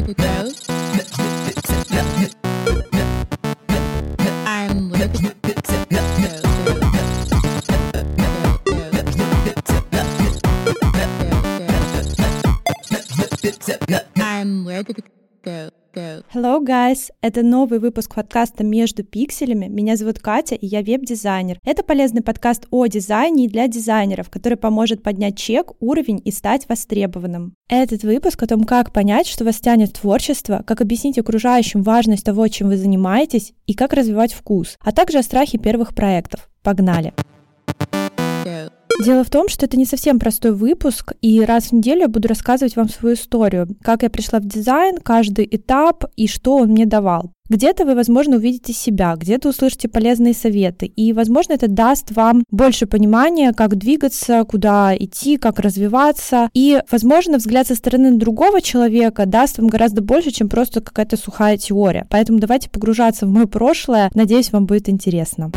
Hello, guys! Это новый выпуск подкаста «Между пикселями». Меня зовут Катя, и я веб-дизайнер. Это полезный подкаст о дизайне и для дизайнеров, который поможет поднять чек, уровень и стать востребованным. Этот выпуск о том, как понять, что вас тянет в творчество, как объяснить окружающим важность того, чем вы занимаетесь, и как развивать вкус, а также о страхе первых проектов. Погнали! Дело в том, что это не совсем простой выпуск, и раз в неделю я буду рассказывать вам свою историю, как я пришла в дизайн, каждый этап и что он мне давал. Где-то вы, возможно, увидите себя, где-то услышите полезные советы, и, возможно, это даст вам больше понимания, как двигаться, куда идти, как развиваться, и, возможно, взгляд со стороны другого человека даст вам гораздо больше, чем просто какая-то сухая теория. Поэтому давайте погружаться в мое прошлое, надеюсь, вам будет интересно.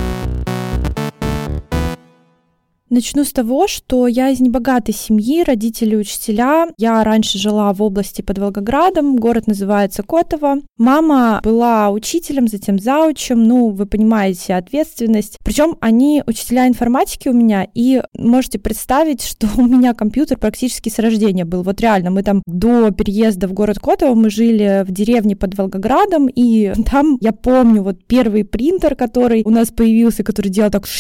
Начну с того, что я из небогатой семьи, родители учителя. Я раньше жила в области под Волгоградом, город называется Котово. Мама была учителем, затем заучем, вы понимаете, ответственность. Причем они учителя информатики у меня, и можете представить, что у меня компьютер практически с рождения был. Вот реально, мы там до переезда в город Котово, мы жили в деревне под Волгоградом, и там я помню вот первый принтер, который у нас появился, который делал так...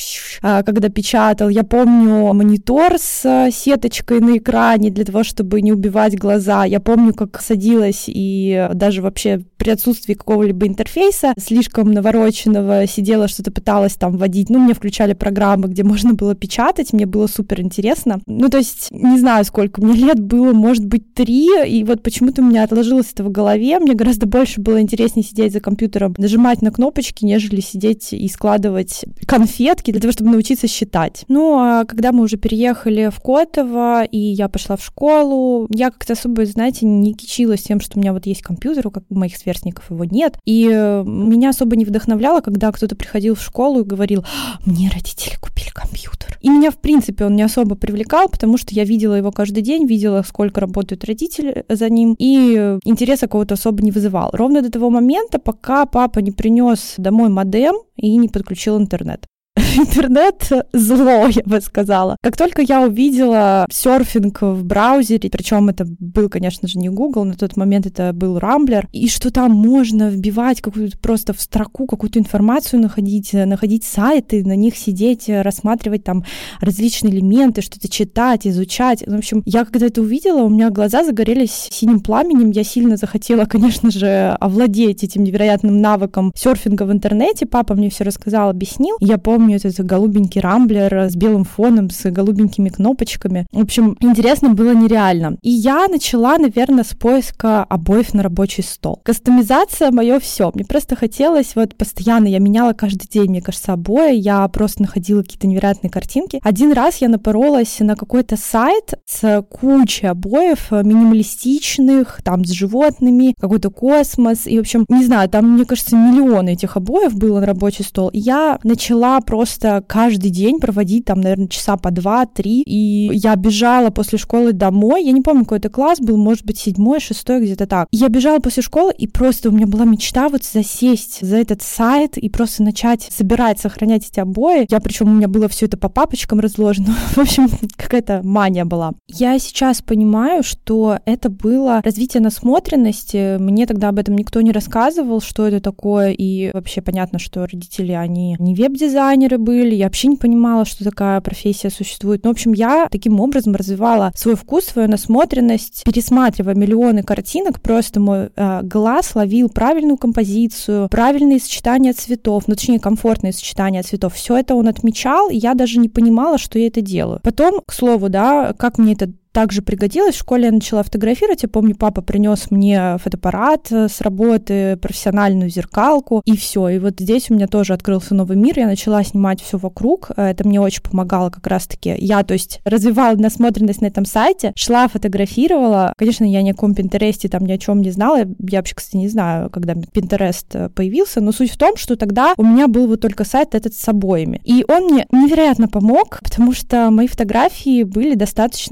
когда печатал. Я помню монитор с сеточкой на экране для того, чтобы не убивать глаза. Я помню, как садилась и даже вообще при отсутствии какого-либо интерфейса слишком навороченного сидела, что-то пыталась там вводить. Мне включали программы, где можно было печатать, мне было супер интересно. То есть не знаю, сколько мне лет было, может быть, 3, и вот почему-то у меня отложилось это в голове. Мне гораздо больше было интереснее сидеть за компьютером, нажимать на кнопочки, нежели сидеть и складывать конфетки для того, чтобы научиться считать. А когда мы уже переехали в Котово, и я пошла в школу, я как-то особо, знаете, не кичилась тем, что у меня вот есть компьютер, как у моих сверстников его нет. И меня особо не вдохновляло, когда кто-то приходил в школу и говорил: «Мне родители купили компьютер». И меня, в принципе, он не особо привлекал, потому что я видела его каждый день, видела, сколько работают родители за ним, и интереса какого-то особо не вызывал. Ровно до того момента, пока папа не принес домой модем и не подключил интернет. Интернет — зло, я бы сказала. Как только я увидела серфинг в браузере, причем это был, конечно же, не Google, на тот момент это был Рамблер, и что там можно вбивать какую-то просто в строку какую-то информацию, находить сайты, на них сидеть, рассматривать там различные элементы, что-то читать, изучать. В общем, я когда это увидела, у меня глаза загорелись синим пламенем, я сильно захотела, конечно же, овладеть этим невероятным навыком серфинга в интернете. Папа мне все рассказал, объяснил. Я помню этот голубенький рамблер с белым фоном, с голубенькими кнопочками. В общем, интересно было нереально. И я начала, наверное, с поиска обоев на рабочий стол. Кастомизация — мое все. Мне просто хотелось постоянно, я меняла каждый день, мне кажется, обои. Я просто находила какие-то невероятные картинки. Один раз я напоролась на какой-то сайт с кучей обоев, минималистичных, там с животными, какой-то космос. И, в общем, не знаю, там, мне кажется, миллионы этих обоев было на рабочий стол. И я начала просто каждый день проводить там, наверное, часа по 2-3, и я бежала после школы домой, я не помню, какой это класс был, может быть, 7-й, 6-й, где-то так. Я бежала после школы, и просто у меня была мечта засесть за этот сайт и просто начать собирать, сохранять эти обои. Причем у меня было все это по папочкам разложено. В общем, какая-то мания была. Я сейчас понимаю, что это было развитие насмотренности. Мне тогда об этом никто не рассказывал, что это такое, и вообще понятно, что родители, они не веб-дизайнеры были, я вообще не понимала, что такая профессия существует. В общем, я таким образом развивала свой вкус, свою насмотренность, пересматривая миллионы картинок, просто мой глаз ловил правильную композицию, правильные сочетания цветов, точнее, комфортные сочетания цветов. Все это он отмечал, и я даже не понимала, что я это делаю. Потом, к слову, как мне это также пригодилось. В школе я начала фотографировать. Я помню, папа принес мне фотоаппарат с работы, профессиональную зеркалку, и все. И вот здесь у меня тоже открылся новый мир. Я начала снимать все вокруг. Это мне очень помогало как раз-таки. Я, то есть, развивала насмотренность на этом сайте, шла, фотографировала. Конечно, я ни о каком Пинтересте там ни о чем не знала. Я вообще, кстати, не знаю, когда Пинтерест появился, но суть в том, что тогда у меня был вот только сайт этот с обоями. И он мне невероятно помог, потому что мои фотографии были достаточно хороши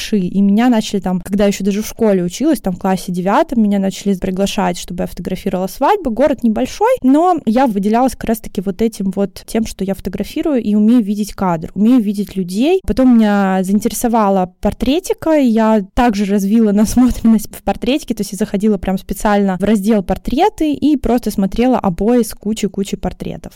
большие, и меня начали там, когда я еще даже в школе училась, там в классе 9, меня начали приглашать, чтобы я фотографировала свадьбы. Город небольшой, но я выделялась как раз-таки вот этим вот тем, что я фотографирую и умею видеть кадр, умею видеть людей. Потом меня заинтересовала портретика, и я также развила насмотренность в портретике, то есть я заходила прям специально в раздел «Портреты» и просто смотрела обои с кучей портретов.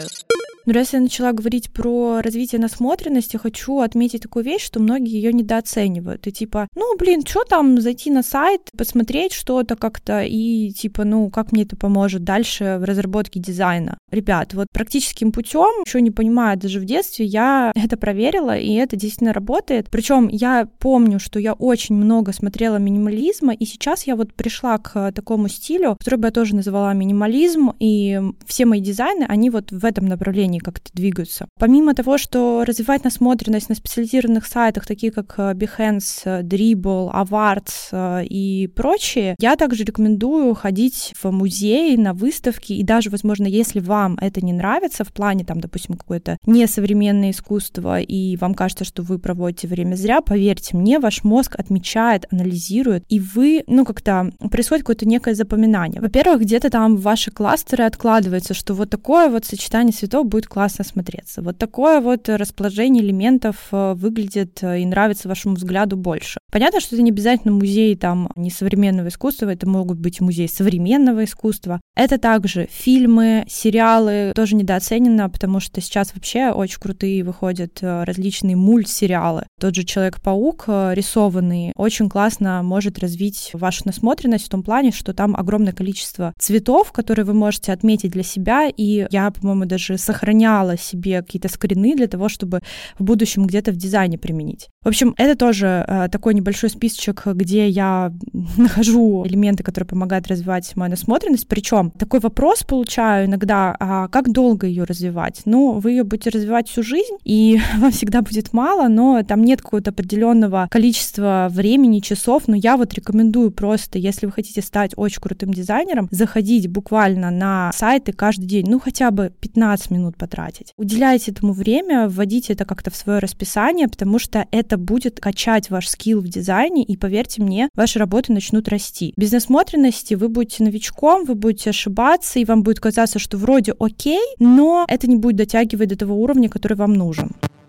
Но раз я начала говорить про развитие насмотренности, хочу отметить такую вещь, что многие ее недооценивают. И типа, что там, зайти на сайт, посмотреть что-то как-то, и типа, как мне это поможет дальше в разработке дизайна. Ребят, вот практическим путем, еще не понимая, даже в детстве, я это проверила, и это действительно работает. Причем я помню, что я очень много смотрела минимализма, и сейчас я вот пришла к такому стилю, который бы я тоже называла минимализм, и все мои дизайны, они вот в этом направлении как-то двигаются. Помимо того, что развивать насмотренность на специализированных сайтах, такие как Behance, Dribbble, Awards и прочие, я также рекомендую ходить в музеи, на выставки, и даже, возможно, если вам это не нравится в плане, там, допустим, какое-то несовременное искусство, и вам кажется, что вы проводите время зря, поверьте мне, ваш мозг отмечает, анализирует, и вы, как-то происходит какое-то некое запоминание. Во-первых, где-то там в ваши кластеры откладывается, что вот такое вот сочетание цветов будет классно смотреться. Вот такое вот расположение элементов выглядит и нравится вашему взгляду больше. Понятно, что это не обязательно музей там несовременного искусства, это могут быть музей современного искусства. Это также фильмы, сериалы, тоже недооценено, потому что сейчас вообще очень крутые выходят различные мультсериалы. Тот же «Человек-паук» рисованный очень классно может развить вашу насмотренность в том плане, что там огромное количество цветов, которые вы можете отметить для себя, и я, по-моему, даже сохраняла себе какие-то скрины для того, чтобы в будущем где-то в дизайне применить. В общем, это тоже такой небольшой списочек, где я нахожу элементы, которые помогают развивать мою насмотренность. Причем такой вопрос получаю иногда, а как долго ее развивать? Вы ее будете развивать всю жизнь, и вам всегда будет мало, но там нет какого-то определенного количества времени, часов, но я вот рекомендую просто, если вы хотите стать очень крутым дизайнером, заходить буквально на сайты каждый день, хотя бы 15 минут потратить. Уделяйте этому время, вводите это как-то в свое расписание, потому что это будет качать ваш скилл в дизайне, и, поверьте мне, ваши работы начнут расти. Без насмотренности вы будете новичком, вы будете ошибаться, и вам будет казаться, что вроде окей, но это не будет дотягивать до того уровня, который вам нужен.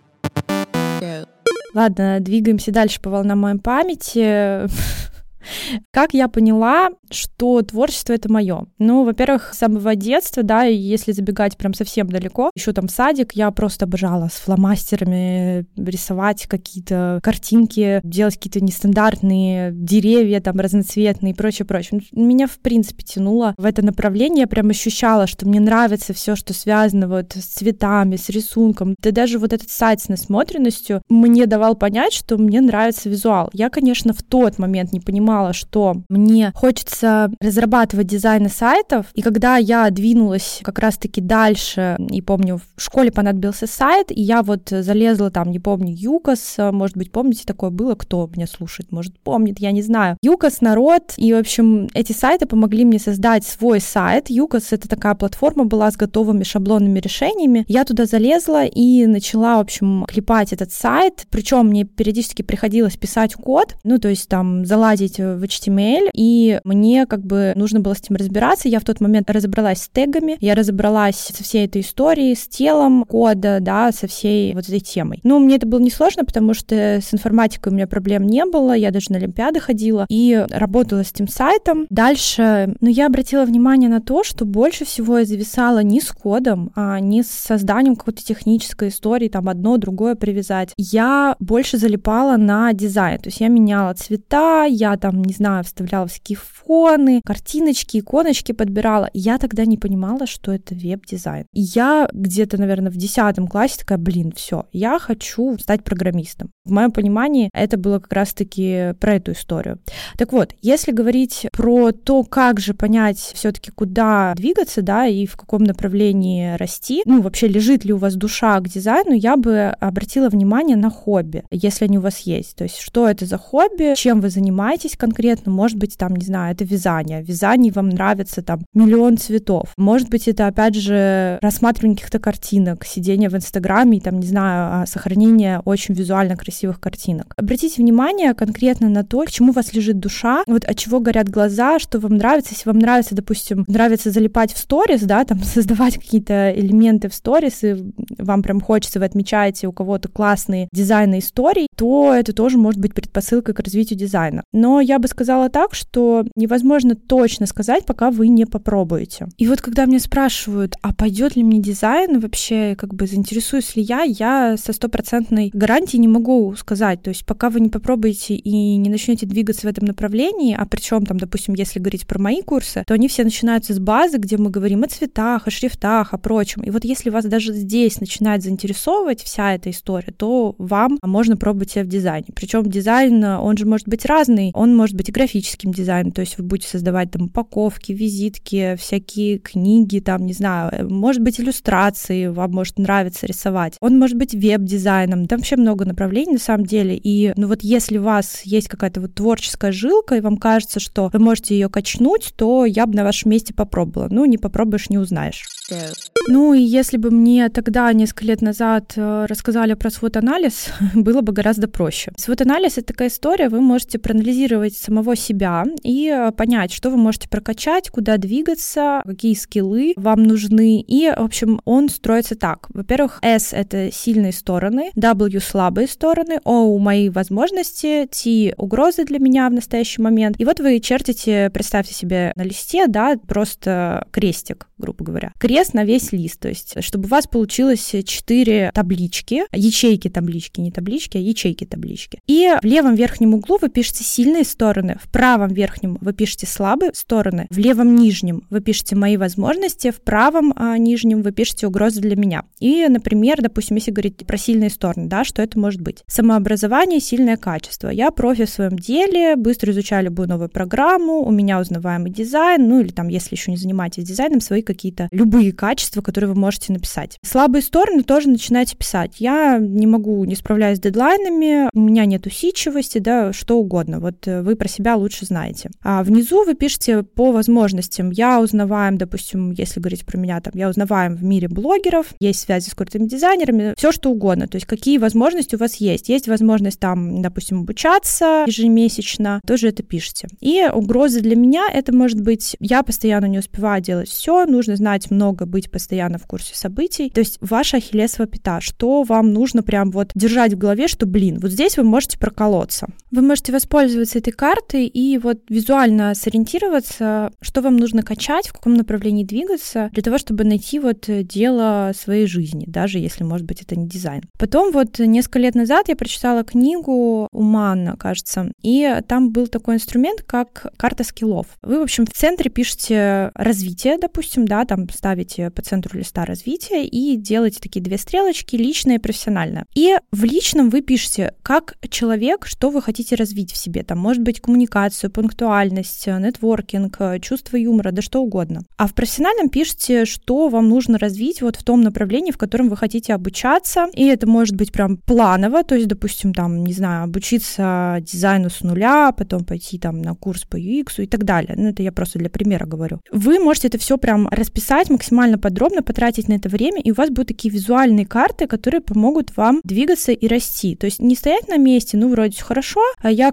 Ладно, двигаемся дальше по волнам моей памяти. Как я поняла, что творчество — это мое? Во-первых, с самого детства, и если забегать прям совсем далеко, еще там садик, я просто обожала с фломастерами рисовать какие-то картинки, делать какие-то нестандартные деревья там разноцветные и прочее. Меня, в принципе, тянуло в это направление, я прям ощущала, что мне нравится все, что связано вот с цветами, с рисунком. Да даже вот этот сайт с насмотренностью мне давал понять, что мне нравится визуал. Я, конечно, в тот момент не понимала, что мне хочется разрабатывать дизайны сайтов, и когда я двинулась как раз-таки дальше, и помню, в школе понадобился сайт, и я вот залезла там, не помню, Юкос, может быть, помните, такое было, кто меня слушает, может, помнит, я не знаю. Юкос, Народ, и, в общем, эти сайты помогли мне создать свой сайт. Юкос — это такая платформа была с готовыми шаблонными решениями. Я туда залезла и начала, в общем, клепать этот сайт, причем мне периодически приходилось писать код, то есть там залазить в HTML, и мне как бы нужно было с этим разбираться. Я в тот момент разобралась с тегами, я разобралась со всей этой историей, с телом кода, со всей вот этой темой. Мне это было несложно, потому что с информатикой у меня проблем не было, я даже на олимпиады ходила и работала с этим сайтом. Дальше, я обратила внимание на то, что больше всего я зависала не с кодом, а не с созданием какой-то технической истории, там одно, другое привязать. Я больше залипала на дизайн, то есть я меняла цвета, я там, не знаю, вставляла всякие фоны, картиночки, иконочки подбирала. Я тогда не понимала, что это веб-дизайн. И я где-то, наверное, в 10 классе такая, все, я хочу стать программистом. В моем понимании это было как раз-таки про эту историю. Так вот, если говорить про то, как же понять все-таки, куда двигаться, и в каком направлении расти, вообще лежит ли у вас душа к дизайну, я бы обратила внимание на хобби, если они у вас есть. То есть, что это за хобби, чем вы занимаетесь конкретно, может быть, там, не знаю, это вязание. В вязании вам нравится там миллион цветов. Может быть, это, опять же, рассматривание каких-то картинок, сидение в Инстаграме и там, не знаю, сохранение очень визуально красивых картинок. Обратите внимание конкретно на то, к чему у вас лежит душа, вот от чего горят глаза, что вам нравится. Если вам нравится, допустим, залипать в сторис, да, там создавать какие-то элементы в сторис, и вам прям хочется, вы отмечаете у кого-то классные дизайны историй, то это тоже может быть предпосылкой к развитию дизайна. Но я бы сказала так, что невозможно точно сказать, пока вы не попробуете. И вот когда меня спрашивают, а пойдет ли мне дизайн, вообще заинтересуюсь ли я со 100% гарантией не могу сказать. То есть пока вы не попробуете и не начнете двигаться в этом направлении, а причем там, допустим, если говорить про мои курсы, то они все начинаются с базы, где мы говорим о цветах, о шрифтах, о прочем. И вот если вас даже здесь начинает заинтересовывать вся эта история, то вам можно пробовать себя в дизайне. Причем дизайн, он же может быть разный, он может быть и графическим дизайном, то есть вы будете создавать там упаковки, визитки, всякие книги, там, не знаю, может быть иллюстрации, вам может нравиться рисовать. Он может быть веб-дизайном, там вообще много направлений на самом деле. И если у вас есть какая-то творческая жилка, и вам кажется, что вы можете ее качнуть, то я бы на вашем месте попробовала. Не попробуешь, не узнаешь. И если бы мне тогда, несколько лет назад, рассказали про свод-анализ, было бы гораздо проще. Свод-анализ — это такая история, вы можете проанализировать самого себя и понять, что вы можете прокачать, куда двигаться, какие скиллы вам нужны. И, в общем, он строится так. Во-первых, S — это сильные стороны, W — слабые стороны, O — мои возможности, T — угрозы для меня в настоящий момент. И вот вы чертите, представьте себе на листе, да, просто крестик, грубо говоря. Крест на весь лист, то есть, чтобы у вас получилось 4 таблички, ячейки таблички, не таблички, а ячейки таблички. И в левом верхнем углу вы пишете сильные стороны, в правом верхнем вы пишете слабые стороны, в левом нижнем вы пишете мои возможности, в правом нижнем вы пишете угрозы для меня. И, например, допустим, если говорить про сильные стороны, да, что это может быть? Самообразование, сильное качество. Я профи в своем деле, быстро изучаю любую новую программу, у меня узнаваемый дизайн, или там, если еще не занимаетесь дизайном, свои какие-то любые качества, которые вы можете написать. Слабые стороны тоже начинайте писать. Я не справляюсь с дедлайнами, у меня нет усидчивости, да, что угодно. Вот вы про себя лучше знаете. А внизу вы пишете по возможностям. Я узнаваем, допустим, если говорить про меня, там, я узнаваем в мире блогеров, есть связи с крутыми дизайнерами, все что угодно. То есть какие возможности у вас есть. Есть возможность там, допустим, обучаться ежемесячно, тоже это пишите. И угрозы для меня это может быть, я постоянно не успеваю делать все, нужно знать много, быть постоянно в курсе событий. То есть ваша ахиллесова пята, что вам нужно прям держать в голове, что, вот здесь вы можете проколоться. Вы можете воспользоваться этой картой и визуально сориентироваться, что вам нужно качать, в каком направлении двигаться, для того, чтобы найти дело своей жизни, даже если, может быть, это не дизайн. Потом несколько лет назад я прочитала книгу у Манна, кажется, и там был такой инструмент, как карта скиллов. Вы, в общем, в центре пишете развитие, допустим, да, там ставите по центру листа развитие и делаете такие 2 стрелочки, личное и профессиональное. И в личном вы пишете, как человек, что вы хотите развить в себе. Там может быть коммуникацию, пунктуальность, нетворкинг, чувство юмора, да что угодно. А в профессиональном пишете, что вам нужно развить в том направлении, в котором вы хотите обучаться. И это может быть прям планово, то есть, допустим, там, не знаю, обучиться дизайну с нуля, потом пойти там на курс по UX и так далее. Это я просто для примера говорю. Вы можете это все прям расписать максимально подробно, потратить на это время, и у вас будут такие визуальные карты, которые помогут вам двигаться и расти. То есть не стоять на месте, вроде все хорошо, а я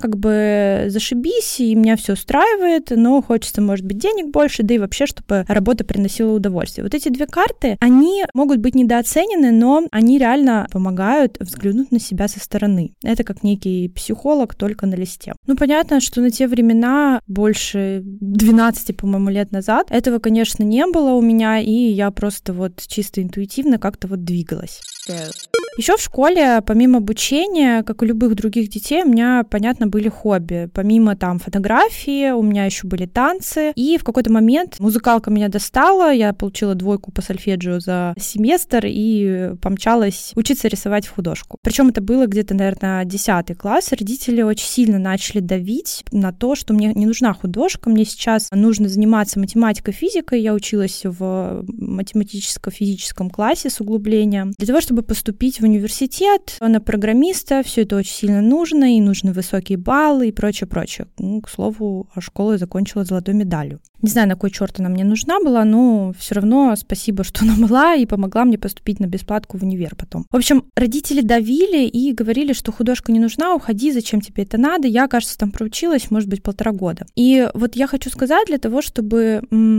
зашибись, и меня все устраивает, но хочется, может быть, денег больше, да и вообще, чтобы работа приносила удовольствие. Эти 2 карты, они могут быть недооценены, но они реально помогают взглянуть на себя со стороны. Это как некий психолог, только на листе. Понятно, что на те времена, больше 12, по-моему, лет назад, этого, конечно, не было у меня, и я просто чисто интуитивно как-то двигалась. Еще в школе, помимо обучения, как у любых других детей, у меня, понятно, были хобби. Помимо фотографии, у меня еще были танцы. И в какой-то момент музыкалка меня достала, я получила 2 по сольфеджио за семестр и помчалась учиться рисовать в художку. Причем это было где-то, наверное, 10 класс. Родители очень сильно начали давить на то, что мне не нужна художка, мне сейчас нужно заниматься математикой, физикой. Я училась в математическо-физическом классе с углублением. Для того, чтобы поступить в университет, на программиста, все это очень сильно нужно, и нужны высокие баллы и прочее. К слову, школу я закончила золотой медалью. Не знаю, на кой черт она мне нужна была, но все равно спасибо, что она была и помогла мне поступить на бесплатку в универ потом. В общем, родители давили и говорили, что художка не нужна, уходи, зачем тебе это надо. Я, кажется, там проучилась, может быть, 1,5 года. И вот я хочу сказать для того, чтобы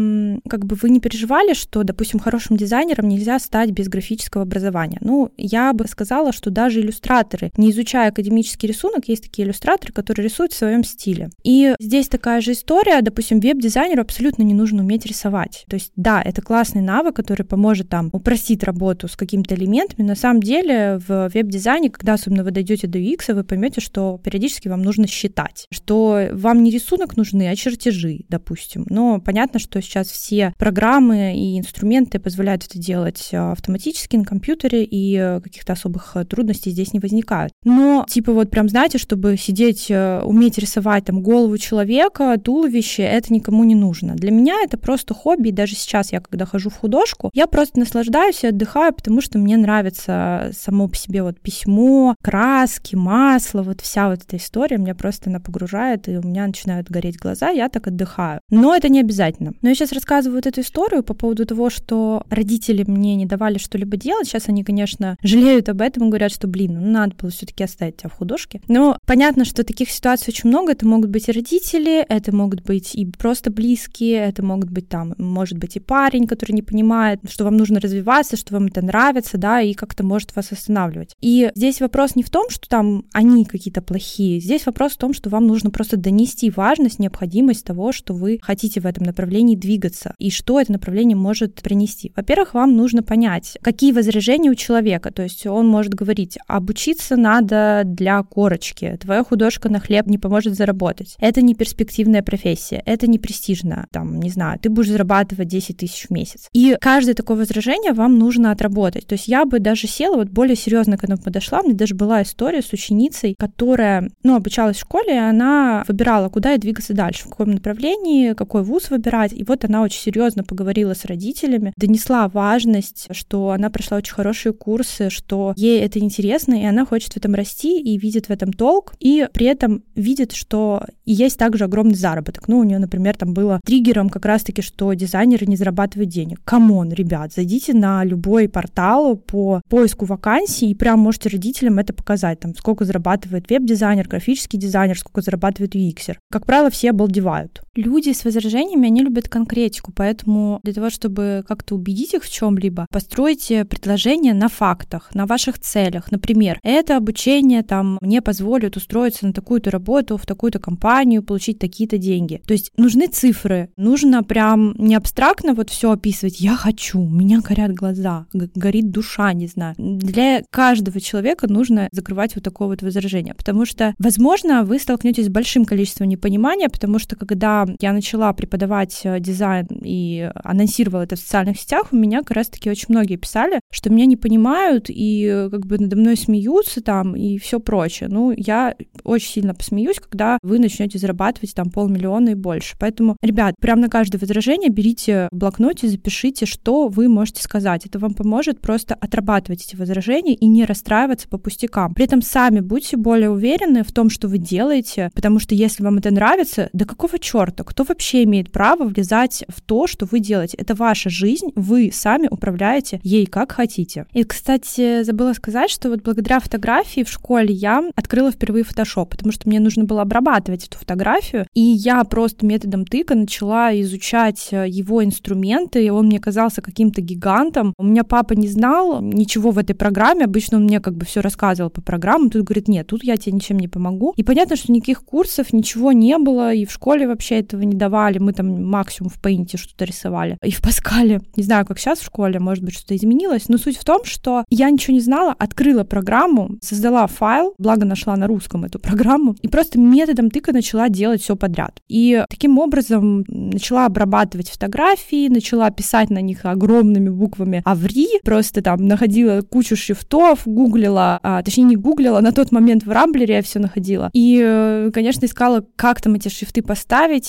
как бы вы не переживали, что, допустим, хорошим дизайнером нельзя стать без графического образования. Ну, я бы сказала, что даже иллюстраторы, не изучая академический рисунок, есть такие иллюстраторы, которые рисуют в своем стиле. И здесь такая же история, допустим, веб-дизайнеру абсолютно не нужно уметь рисовать. То есть, да, это классный навык, который поможет там упростить работу с какими-то элементами. На самом деле в веб-дизайне, когда особенно вы дойдете до UX, вы поймете, что периодически вам нужно считать, что вам не рисунок нужны, а чертежи, допустим. Но понятно, что сейчас все программы и инструменты позволяют это делать автоматически на компьютере, и каких-то особых трудностей здесь не возникают. Но, типа, вот прям, знаете, чтобы сидеть, уметь рисовать там голову человека, туловище, это никому не нужно. Для меня это просто хобби, и даже сейчас я, когда хожу в художку, я просто наслаждаюсь и отдыхаю, потому что мне нравится само по себе вот письмо, краски, масло, вот вся вот эта история, меня просто она погружает, и у меня начинают гореть глаза, я так отдыхаю. Но это не обязательно. Но я сейчас рассказываю вот эту историю по поводу того, что родители мне не давали что-либо делать. Сейчас они, конечно, жалеют об этом и говорят, что, надо было все-таки оставить тебя в художке. Но понятно, что таких ситуаций очень много. Это могут быть и родители, это могут быть и просто близкие, это могут быть там, может быть, и парень, который не понимает, что вам нужно развиваться, что вам это нравится, да, и как-то может вас останавливать. И здесь вопрос не в том, что там они какие-то плохие, здесь вопрос в том, что вам нужно просто донести важность, необходимость того, что вы хотите в этом направлении двигаться, и что это направление может принести. Во-первых, вам нужно понять, какие возражения у человека, то есть он может говорить, обучиться надо для корочки, твоя художка на хлеб не поможет заработать, это не перспективная профессия, это не престижно, там, не знаю, ты будешь зарабатывать 10 тысяч в месяц. И каждое такое возражение вам нужно отработать. То есть я бы даже села, вот более серьезно к этому подошла, мне даже была история с ученицей, которая, обучалась в школе, и она выбирала, куда ей двигаться дальше, в каком направлении, какой вуз выбирать, и вот она очень серьезно поговорила с родителями, донесла важность, что она прошла очень хорошие курсы, что ей это интересно, и она хочет в этом расти, и видит в этом толк, и при этом видит, что есть также огромный заработок. У нее, например, там было триггером как раз-таки, что дизайнеры не зарабатывают денег. Камон, ребят, зайдите на любой портал по поиску вакансий и прям можете родителям это показать, там, сколько зарабатывает веб-дизайнер, графический дизайнер, сколько зарабатывает UX-ер. Как правило, все обалдевают. Люди с возражениями, они любят конкретику, поэтому для того, чтобы как-то убедить их в чем-либо, постройте предложение на фактах, на ваших целях. Например, это обучение там мне позволит устроиться на такую-то работу, в такую-то компанию, получить такие-то деньги. То есть нужны цифры, нужно прям не абстрактно вот все описывать. Я хочу, у меня горят глаза, горит душа, не знаю. Для каждого человека нужно закрывать вот такое вот возражение, потому что, возможно, вы столкнетесь с большим количеством непонимания, потому что когда я начала преподавать дизайн и анонсировала это в социальных сетях, у меня как раз-таки очень многие писали, что меня не понимают и как бы надо мной смеются там и все прочее. Я очень сильно посмеюсь, когда вы начнете зарабатывать там 500 000 и больше. Поэтому, ребят, прям на каждое возражение берите в блокноте, запишите, что вы можете сказать. Это вам поможет просто отрабатывать эти возражения и не расстраиваться по пустякам. При этом сами будьте более уверены в том, что вы делаете, потому что если вам это нравится, да какого черта? Кто вообще имеет право влезать в то, что вы делаете? Это ваша жизнь, вы сами управляете ей как хотите. И, кстати, забыла сказать, что вот благодаря фотографии в школе я открыла впервые Photoshop, потому что мне нужно было обрабатывать эту фотографию, и я просто методом тыка начала изучать его инструменты, и он мне казался каким-то гигантом. У меня папа не знал ничего в этой программе, обычно он мне как бы все рассказывал по программам, тут говорит, нет, тут я тебе ничем не помогу. И понятно, что никаких курсов, ничего не было, и в школе вообще этого не давали, мы там максимум в Paint что-то рисовали, и в Паскале. Не знаю, как сейчас в школе, может быть, что-то изменилось, но суть в том, что я ничего не знала, открыла программу, создала файл, благо нашла на русском эту программу, и просто методом тыка начала делать все подряд. И таким образом начала обрабатывать фотографии, начала писать на них огромными буквами «Аври», просто там находила кучу шрифтов, гуглила, точнее не гуглила, на тот момент в Рамблере я все находила. И, конечно, искала, как там эти шрифты поставить,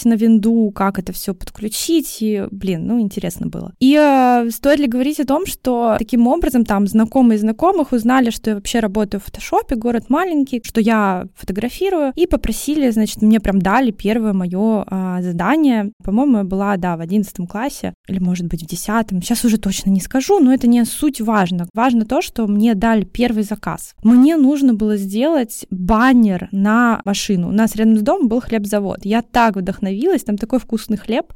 на винду, как это все подключить, и, интересно было. И стоит ли говорить о том, что таким образом там знакомые знакомых узнали, что я вообще работаю в фотошопе, город маленький, что я фотографирую, и попросили, значит, мне прям дали первое мое задание. По-моему, я была, в 11 классе, или, может быть, в 10. Сейчас уже точно не скажу, но это не суть важно. Важно то, что мне дали первый заказ. Мне нужно было сделать баннер на машину. У нас рядом с домом был хлебзавод. Я так вдохновилась, там такой вкусный хлеб.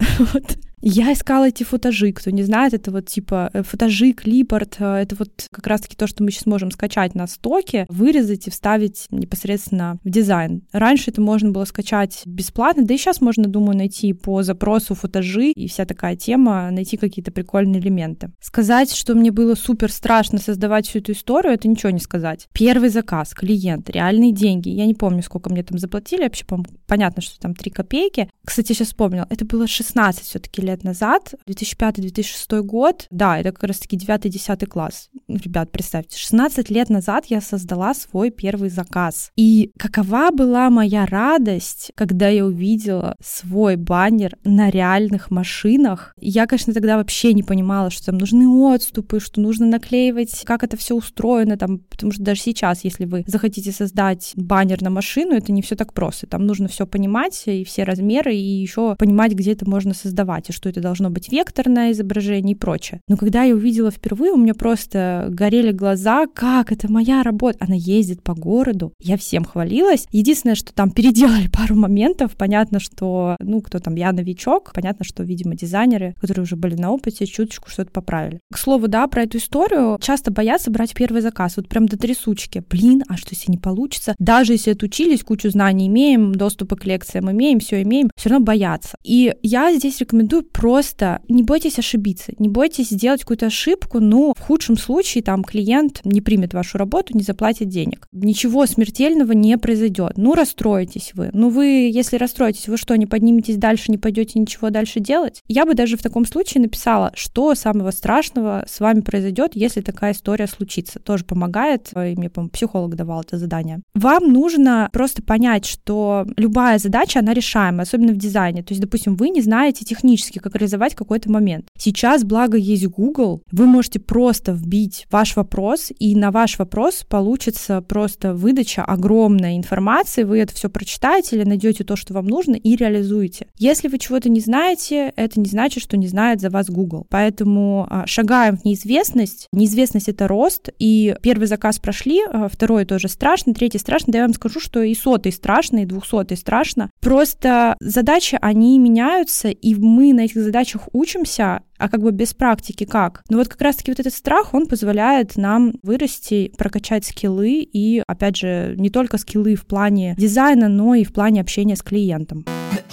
Я искала эти футажи, кто не знает, это вот типа футажи, клипарт, это вот как раз-таки то, что мы сейчас можем скачать на стоке, вырезать и вставить непосредственно в дизайн. Раньше это можно было скачать бесплатно, да и сейчас можно, думаю, найти по запросу футажи и вся такая тема, найти какие-то прикольные элементы. Сказать, что мне было супер страшно создавать всю эту историю, это ничего не сказать. Первый заказ, клиент, реальные деньги. Я не помню, сколько мне там заплатили, вообще, понятно, что там 3 копейки. Кстати, сейчас вспомнила, это было 16 все-таки лет назад, 2005-2006 год, да, это как раз-таки 9-10 класс. Ребят, представьте, 16 лет назад я создала свой первый заказ. И какова была моя радость, когда я увидела свой баннер на реальных машинах. Я, конечно, тогда вообще не понимала, что там нужны отступы, что нужно наклеивать, как это все устроено, там, потому что даже сейчас, если вы захотите создать баннер на машину, это не все так просто. Там нужно все понимать, и все размеры, и еще понимать, где это можно создавать, и что это должно быть векторное изображение и прочее. Но когда я увидела впервые, у меня просто горели глаза, как это моя работа. Она ездит по городу, я всем хвалилась. Единственное, что там переделали пару моментов, понятно, что, кто там, я новичок, понятно, что, видимо, дизайнеры, которые уже были на опыте, чуточку что-то поправили. К слову, про эту историю, часто боятся брать первый заказ, вот прям до трясучки. А что если не получится? Даже если отучились, кучу знаний имеем, доступы к лекциям имеем, все имеем, все равно боятся. И я здесь рекомендую просто не бойтесь ошибиться, не бойтесь сделать какую-то ошибку, в худшем случае там клиент не примет вашу работу, не заплатит денег. Ничего смертельного не произойдет. Расстроитесь вы. Вы, если расстроитесь, вы что, не подниметесь дальше, не пойдете ничего дальше делать? Я бы даже в таком случае написала, что самого страшного с вами произойдет, если такая история случится. Тоже помогает, и мне, по-моему, психолог давал это задание. Вам нужно просто понять, что любая задача, она решаема, особенно в дизайне. То есть, допустим, вы не знаете технически, как реализовать какой-то момент. Сейчас, благо, есть Google, вы можете просто вбить ваш вопрос, и на ваш вопрос получится просто выдача огромной информации, вы это все прочитаете или найдете то, что вам нужно, и реализуете. Если вы чего-то не знаете, это не значит, что не знает за вас Google. Поэтому шагаем в неизвестность. Неизвестность — это рост, и первый заказ прошли, второй тоже страшно, третий страшно, да я вам скажу, что и 100-й страшно, и 200-й страшно. Просто задачи, они меняются, и мы на этих задачах учимся, а без практики как? Как раз-таки вот этот страх, он позволяет нам вырасти, прокачать скиллы, и, опять же, не только скиллы в плане дизайна, но и в плане общения с клиентом.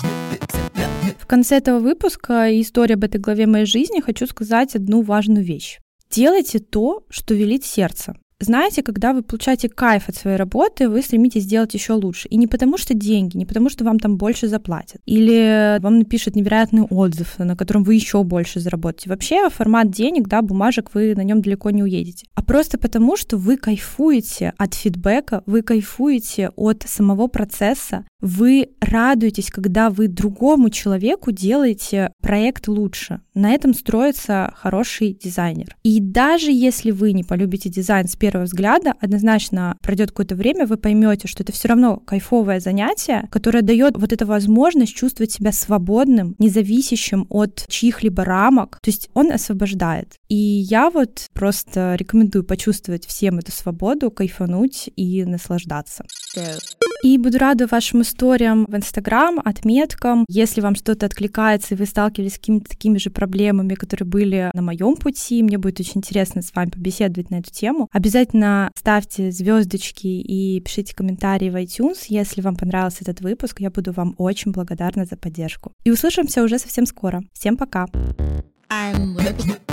В конце этого выпуска и истории об этой главе моей жизни хочу сказать одну важную вещь. Делайте то, что велит сердце. Знаете, когда вы получаете кайф от своей работы, вы стремитесь сделать еще лучше. И не потому что деньги, не потому что вам там больше заплатят. Или вам напишут невероятный отзыв, на котором вы еще больше заработаете. Вообще формат денег, бумажек, вы на нем далеко не уедете. А просто потому, что вы кайфуете от фидбэка, вы кайфуете от самого процесса, вы радуетесь, когда вы другому человеку делаете проект лучше. На этом строится хороший дизайнер. И даже если вы не полюбите дизайн с первого взгляда, однозначно пройдет какое-то время, вы поймете, что это все равно кайфовое занятие, которое дает вот эту возможность чувствовать себя свободным, независящим от чьих-либо рамок. То есть он освобождает. И я просто рекомендую почувствовать всем эту свободу, кайфануть и наслаждаться. И буду рада вашим историям в Инстаграм, отметкам. Если вам что-то откликается, и вы сталкивались с какими-то такими же проблемами, которые были на моем пути, мне будет очень интересно с вами побеседовать на эту тему. Обязательно ставьте звездочки и пишите комментарии в iTunes, если вам понравился этот выпуск. Я буду вам очень благодарна за поддержку. И услышимся уже совсем скоро. Всем пока!